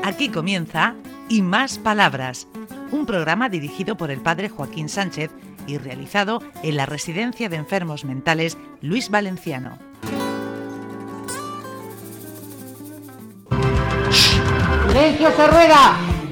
Aquí comienza Y Más Palabras, un programa dirigido por el padre Joaquín Sánchez y realizado en la Residencia de Enfermos Mentales Luis Valenciano. ¡Silencio, se rueda!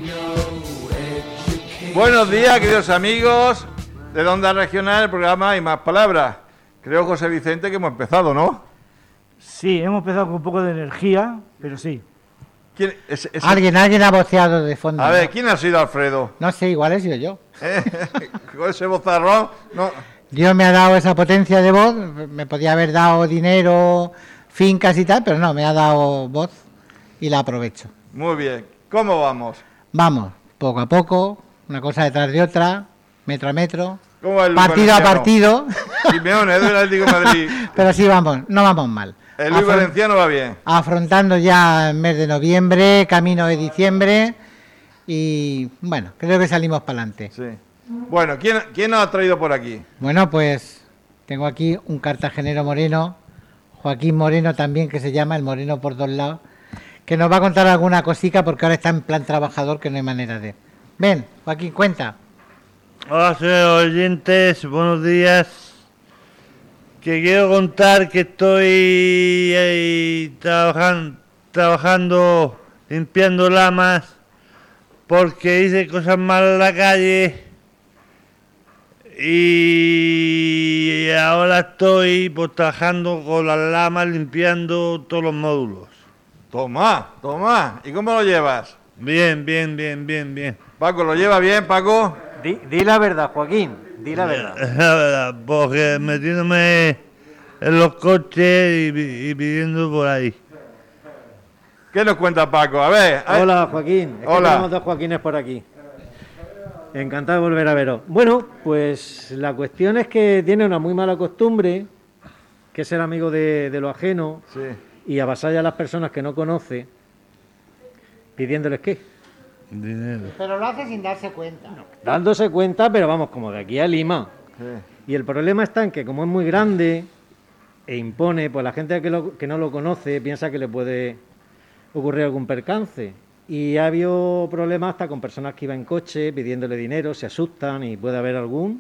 Buenos días, queridos amigos de Onda Regional, el programa Y Más Palabras. Creo, José Vicente, que hemos empezado, ¿no? Sí, hemos empezado con un poco de energía, pero sí. ¿Quién, Alguien ha voceado de fondo. A ver, ¿quién ha sido Alfredo? No sé, igual he sido yo. Con ese vozarrón, no. Dios me ha dado esa potencia de voz, me podía haber dado dinero, fincas y tal, pero no, me ha dado voz y la aprovecho. Muy bien. ¿Cómo vamos? Vamos, poco a poco, una cosa detrás de otra, metro a metro, ¿Cómo va el partido a partido. Simeone, del Atlético de Madrid. Pero sí vamos, no vamos mal. El Luis Valenciano va bien. Afrontando ya el mes de noviembre, camino de diciembre y bueno, creo que salimos para adelante. Sí. Bueno, ¿quién nos ha traído por aquí? Bueno, pues tengo aquí un cartagenero moreno, Joaquín Moreno también, que se llama el Moreno por dos lados, que nos va a contar alguna cosica porque ahora está en plan trabajador que no hay manera de... Ven, Joaquín, cuenta. Hola, señores oyentes, buenos días. Que quiero contar que estoy ahí trabajando, limpiando lamas, porque hice cosas malas en la calle y ahora estoy pues trabajando con las lamas, limpiando todos los módulos. Toma. ¿Y cómo lo llevas? Bien. Paco, ¿lo lleva bien, Paco? Di la verdad, Joaquín, di la verdad. La verdad, porque metiéndome en los coches y pidiendo por ahí. ¿Qué nos cuenta Paco? A ver. Hola, Joaquín. Hola. Tenemos dos Joaquines por aquí. Encantado de volver a veros. Bueno, pues la cuestión es que tiene una muy mala costumbre, que es ser amigo de lo ajeno, Sí. y avasalla a las personas que no conoce, pidiéndoles qué. Dinero. Pero lo hace sin darse cuenta. Dándose cuenta, pero vamos, como de aquí a Lima. Sí. Y el problema está en que como es muy grande e impone, pues la gente que no lo conoce piensa que le puede ocurrir algún percance. Y ha habido problemas hasta con personas que iban en coche pidiéndole dinero, se asustan y puede haber algún...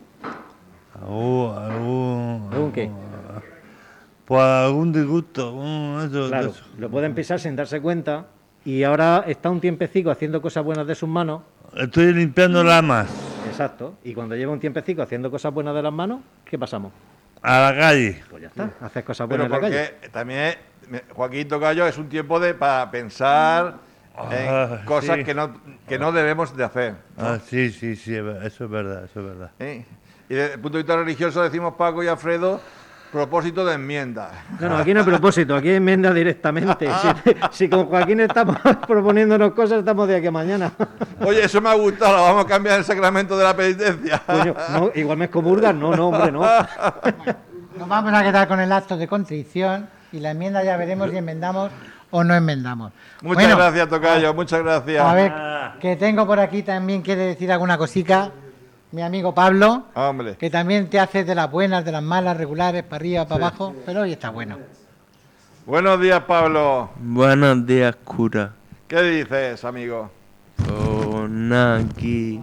¿Algún qué? Pues algún disgusto. Claro, lo pueden pisar sin darse cuenta y ahora está un tiempecico haciendo cosas buenas de sus manos. Estoy limpiando lamas Exacto. Y cuando lleva un tiempecico haciendo cosas buenas de las manos, ¿qué pasamos? a la calle. Pues ya está, haces cosas Pero buenas en la calle. porque también, Joaquín Tocayo, es un tiempo para pensar en cosas sí. que no debemos de hacer. ¿no? Sí, eso es verdad. ¿Eh? Y desde el punto de vista religioso decimos Paco y Alfredo, propósito de enmienda. No, aquí no hay propósito, aquí hay enmienda directamente. Si con Joaquín estamos proponiéndonos cosas, estamos de aquí a mañana. Oye, eso me ha gustado, lo vamos a cambiar el sacramento de la penitencia. Coño, no, igual me excomulgan, no, hombre, no. Nos vamos a quedar con el acto de contrición y la enmienda ya veremos si enmendamos o no enmendamos. Muchas gracias, Tocayo, muchas gracias. A ver, que tengo por aquí también quiere decir alguna cosica mi amigo Pablo, Hombre, que también te hace de las buenas, de las malas, regulares, para arriba, para abajo, pero hoy está bueno. buenos días, Pablo. Buenos días, cura. ¿Qué dices, amigo? Pues nada, aquí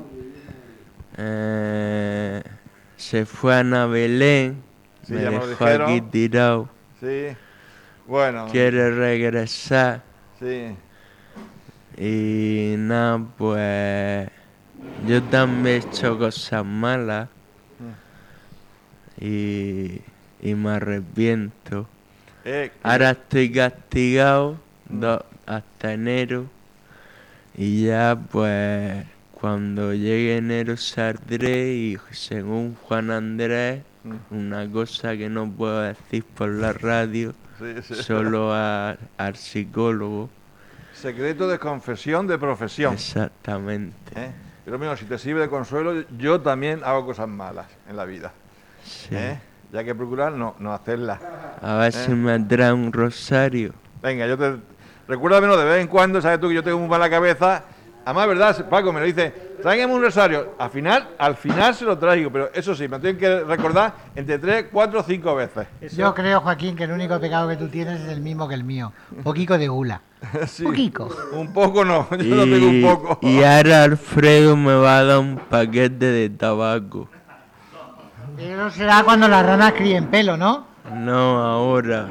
se fue a Belén, Sí, me ya me lo dejó dijeron. aquí tirado, Sí, bueno, quiere regresar sí, y nada, pues yo también he hecho cosas malas y me arrepiento. Ahora estoy castigado hasta enero y ya pues cuando llegue enero saldré y según Juan Andrés, una cosa que no puedo decir por la radio, sí. solo al psicólogo. Secreto de confesión de profesión. Exactamente. Pero mira, si te sirve de consuelo, yo también hago cosas malas en la vida. Sí. Ya hay que procurar no hacerlas. A ver si me trae un rosario. Venga, recuérdamelo de vez en cuando, sabes tú que yo tengo muy mala cabeza Además, verdad, Paco me lo dice, tráigame un rosario. Al final se lo traigo, pero eso sí, me tienen que recordar entre 3, 4 o 5 veces. Yo creo, Joaquín, que el único pecado que tú tienes es el mismo que el mío. Poquico de gula. Sí, Poquico. un poco no, yo lo tengo un poco. Y ahora Alfredo me va a dar un paquete de tabaco. Pero será cuando las ranas críen pelo, ¿no? No, ahora.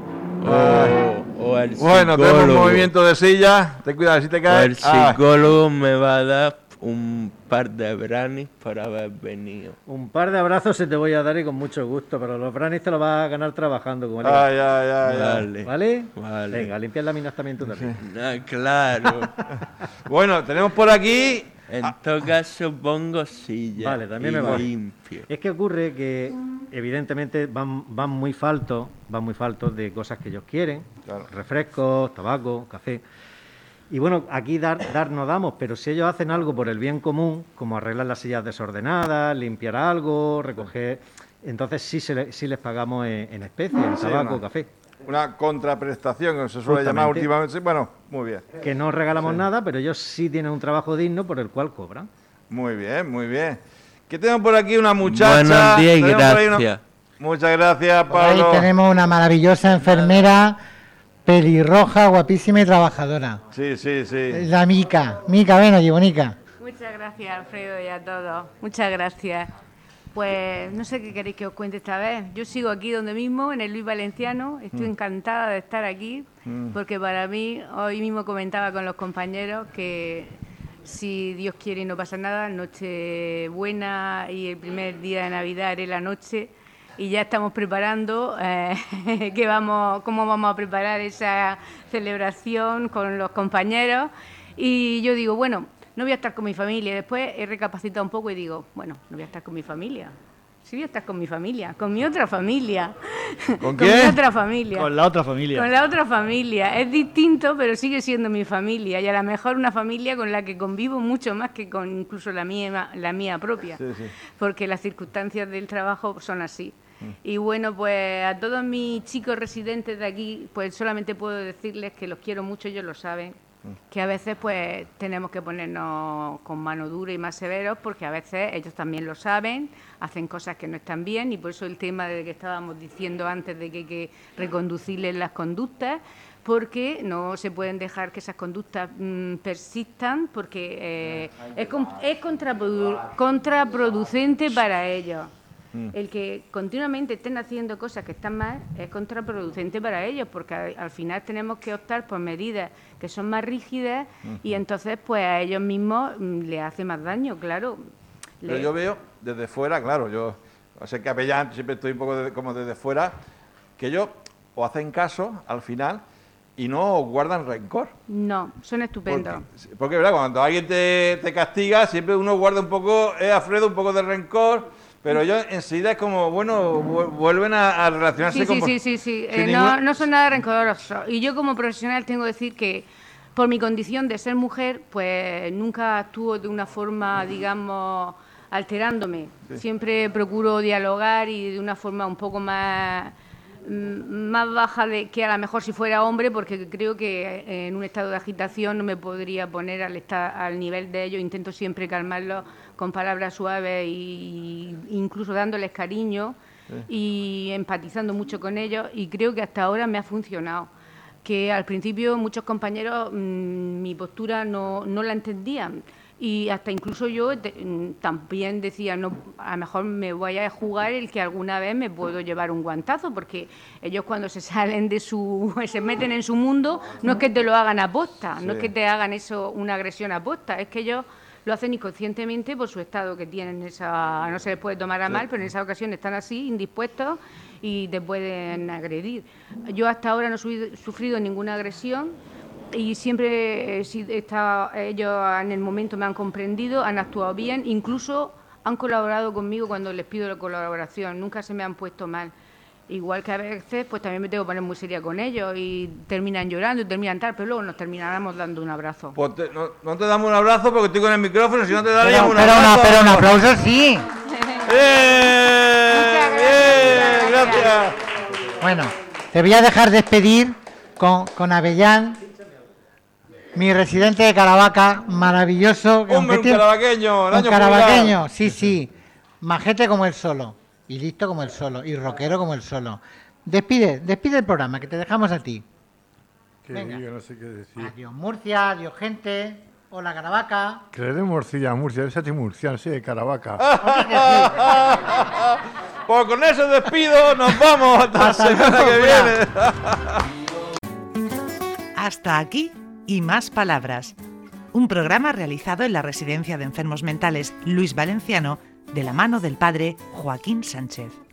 O el Bueno, psicólogo. tenemos movimiento de silla, ten cuidado si te O caes. el psicólogo me va a dar un par de branis por haber venido. Un par de abrazos se te voy a dar y con mucho gusto, pero los branis te los vas a ganar trabajando con él. Ya. Vale. ¿Vale? Vale. Venga, limpiar láminas también tú también. Ah, claro. Bueno, tenemos por aquí... En todo caso pongo silla. Vale, también y me vale. limpio. Es que ocurre que evidentemente van muy faltos de cosas que ellos quieren, Claro. refrescos, tabaco, café. Y bueno, aquí dar no damos, pero si ellos hacen algo por el bien común, como arreglar las sillas desordenadas, limpiar algo, recoger, entonces sí les pagamos en especie, en tabaco, una- café. Una contraprestación, que se suele Justamente. llamar últimamente. Bueno, muy bien. Que no regalamos nada, pero ellos sí tienen un trabajo digno por el cual cobran. Muy bien, muy bien. Que tenemos por aquí una muchacha. Buenos días y Tenemos por ahí gracias. Muchas gracias, Por ahí Pablo. tenemos una maravillosa enfermera, pelirroja, guapísima y trabajadora. Sí. La Mica. Mica, ven aquí, bonica. Muchas gracias, Alfredo, y a todos. Muchas gracias. Pues no sé qué queréis que os cuente esta vez. Yo sigo aquí donde mismo, en el Luis Valenciano. Estoy encantada de estar aquí, porque para mí, hoy mismo comentaba con los compañeros que si Dios quiere y no pasa nada, Nochebuena y el primer día de Navidad haré la noche. Y ya estamos preparando cómo vamos a preparar esa celebración con los compañeros. Y yo digo, bueno, no voy a estar con mi familia. Después he recapacitado un poco y digo, bueno, no voy a estar con mi familia. Sí voy a estar con mi familia, con mi otra familia. ¿Con mi quién? otra familia. Con la otra familia. Con la otra familia. Es distinto, pero sigue siendo mi familia. Y a lo mejor una familia con la que convivo mucho más que con incluso la mía propia. Sí. Porque las circunstancias del trabajo son así. Y bueno, pues a todos mis chicos residentes de aquí, pues solamente puedo decirles que los quiero mucho, ellos lo saben. Que a veces pues tenemos que ponernos con mano dura y más severos, porque a veces ellos también lo saben, hacen cosas que no están bien, y por eso el tema de que estábamos diciendo antes de que hay que reconducirles las conductas, porque no se pueden dejar que esas conductas persistan, porque es contraproducente para ellos. El que continuamente estén haciendo cosas que están mal es contraproducente para ellos, porque al final tenemos que optar por medidas que son más rígidas y entonces pues a ellos mismos les hace más daño, claro. Pero yo veo desde fuera, claro, yo sé que Avellán siempre estoy un poco como desde fuera, que ellos o hacen caso al final y no guardan rencor. No, son estupendos. Porque ¿verdad? Cuando alguien te castiga, siempre uno guarda un poco, Alfredo, un poco de rencor, pero ellos enseguida es como, bueno, vuelven a relacionarse con... Sí. sin No son nada rencorosos. Y yo como profesional tengo que decir que por mi condición de ser mujer, pues nunca actúo de una forma, digamos, alterándome. Sí. Siempre procuro dialogar y de una forma un poco más baja de que a lo mejor si fuera hombre, porque creo que en un estado de agitación no me podría poner al nivel de ellos. Intento siempre calmarlos con palabras suaves e incluso dándoles cariño y empatizando mucho con ellos, y creo que hasta ahora me ha funcionado. Que al principio muchos compañeros mi postura no la entendían. Y hasta incluso yo también decía, no, a lo mejor me voy a jugar el que alguna vez me puedo llevar un guantazo, porque ellos cuando se salen se meten en su mundo, no es que te lo hagan a posta, no es que te hagan eso, una agresión a posta, es que ellos lo hacen inconscientemente por su estado que tienen, no se les puede tomar a mal, pero en esa ocasión están así, indispuestos, y te pueden agredir. Yo hasta ahora no he sufrido ninguna agresión, y siempre ellos en el momento me han comprendido, han actuado bien, incluso han colaborado conmigo cuando les pido la colaboración, nunca se me han puesto mal. Igual que a veces pues también me tengo que poner muy seria con ellos y terminan llorando y terminan tal, pero luego nos termináramos dando un abrazo. Pues no te damos un abrazo porque estoy con el micrófono, si no te daríamos un abrazo. Pero un aplauso sí. Muchas gracias. Bueno, te voy a dejar despedir con Avellán. Mi residente de Caravaca, maravilloso. Hombre, un caravaqueño, el año caravaqueño, sí. Majete como el solo. Y listo como el solo. Y rockero como el solo. Despide el programa, que te dejamos a ti. Venga. Yo no sé qué decir. Adiós Murcia, adiós gente. Hola Caravaca. Que le den Murcia, esa es murciano, sí, de Caravaca. Pues con ese despido nos vamos hasta la semana que viene. Hasta aquí y más palabras. Un programa realizado en la Residencia de Enfermos Mentales Luis Valenciano de la mano del padre Joaquín Sánchez.